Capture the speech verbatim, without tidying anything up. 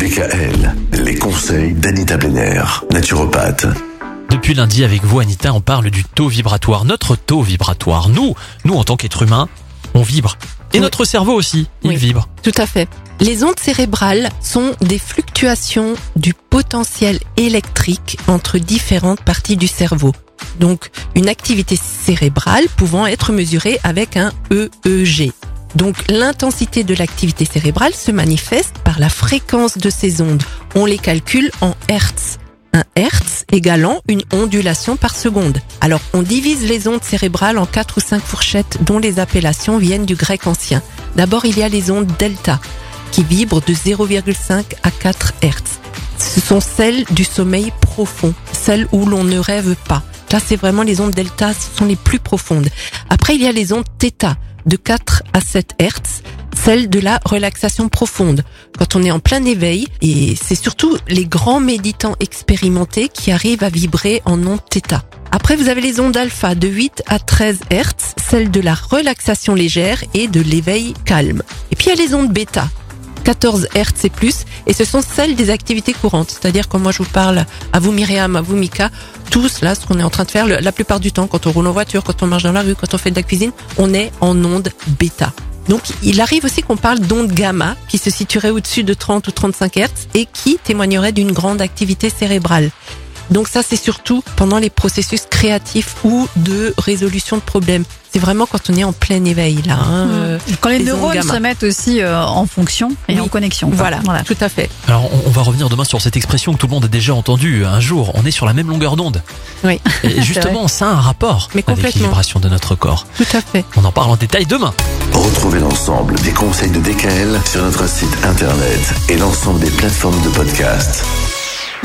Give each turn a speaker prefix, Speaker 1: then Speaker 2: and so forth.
Speaker 1: D K L, les conseils d'Anita Benner, naturopathe.
Speaker 2: Depuis lundi, avec vous, Anita, on parle du taux vibratoire. Notre taux vibratoire. Nous, nous en tant qu'êtres humains, on vibre. Et
Speaker 3: Oui.
Speaker 2: notre cerveau aussi, il
Speaker 3: Oui.
Speaker 2: vibre.
Speaker 3: Tout à fait. Les ondes cérébrales sont des fluctuations du potentiel électrique entre différentes parties du cerveau. Donc, une activité cérébrale pouvant être mesurée avec un E E G. Donc, l'intensité de l'activité cérébrale se manifeste par la fréquence de ces ondes. On les calcule en hertz. Un hertz égalant une ondulation par seconde. Alors, on divise les ondes cérébrales en quatre ou cinq fourchettes dont les appellations viennent du grec ancien. D'abord, il y a les ondes delta qui vibrent de zéro virgule cinq à quatre hertz. Ce sont celles du sommeil profond, celles où l'on ne rêve pas. Là, c'est vraiment les ondes delta, ce sont les plus profondes. Après, il y a les ondes θ de quatre à sept hertz, celle de la relaxation profonde, quand on est en plein éveil, et c'est surtout les grands méditants expérimentés qui arrivent à vibrer en ondes θ. Après, vous avez les ondes alpha de huit à treize hertz, celle de la relaxation légère et de l'éveil calme. Et puis il y a les ondes bêta, quatorze hertz et plus, et ce sont celles des activités courantes. C'est-à-dire quand moi je vous parle à vous Myriam, à vous Mika, tous là, ce qu'on est en train de faire, le- la plupart du temps, quand on roule en voiture, quand on marche dans la rue, quand on fait de la cuisine, on est en onde bêta. Donc il arrive aussi qu'on parle d'ondes gamma, qui se situeraient au-dessus de trente ou trente-cinq hertz, et qui témoigneraient d'une grande activité cérébrale. Donc ça, c'est surtout pendant les processus créatifs ou de résolution de problèmes. C'est vraiment quand on est en plein éveil, là. Hein, euh,
Speaker 4: Quand les,
Speaker 3: les ondes
Speaker 4: neurones
Speaker 3: gamma.
Speaker 4: se mettent aussi euh, en fonction et
Speaker 3: Oui.
Speaker 4: en connexion. quoi.
Speaker 3: Voilà, tout à fait.
Speaker 2: Alors, on, on va revenir demain sur cette expression que tout le monde a déjà entendue un jour. On est sur la même longueur d'onde.
Speaker 3: Oui,
Speaker 2: Et justement, ça a un rapport
Speaker 3: Mais
Speaker 2: avec les
Speaker 3: complètement.
Speaker 2: vibrations de notre corps.
Speaker 3: tout à fait.
Speaker 2: On en parle en détail demain.
Speaker 1: Retrouvez l'ensemble des conseils de D K L sur notre site internet et l'ensemble des plateformes de podcast.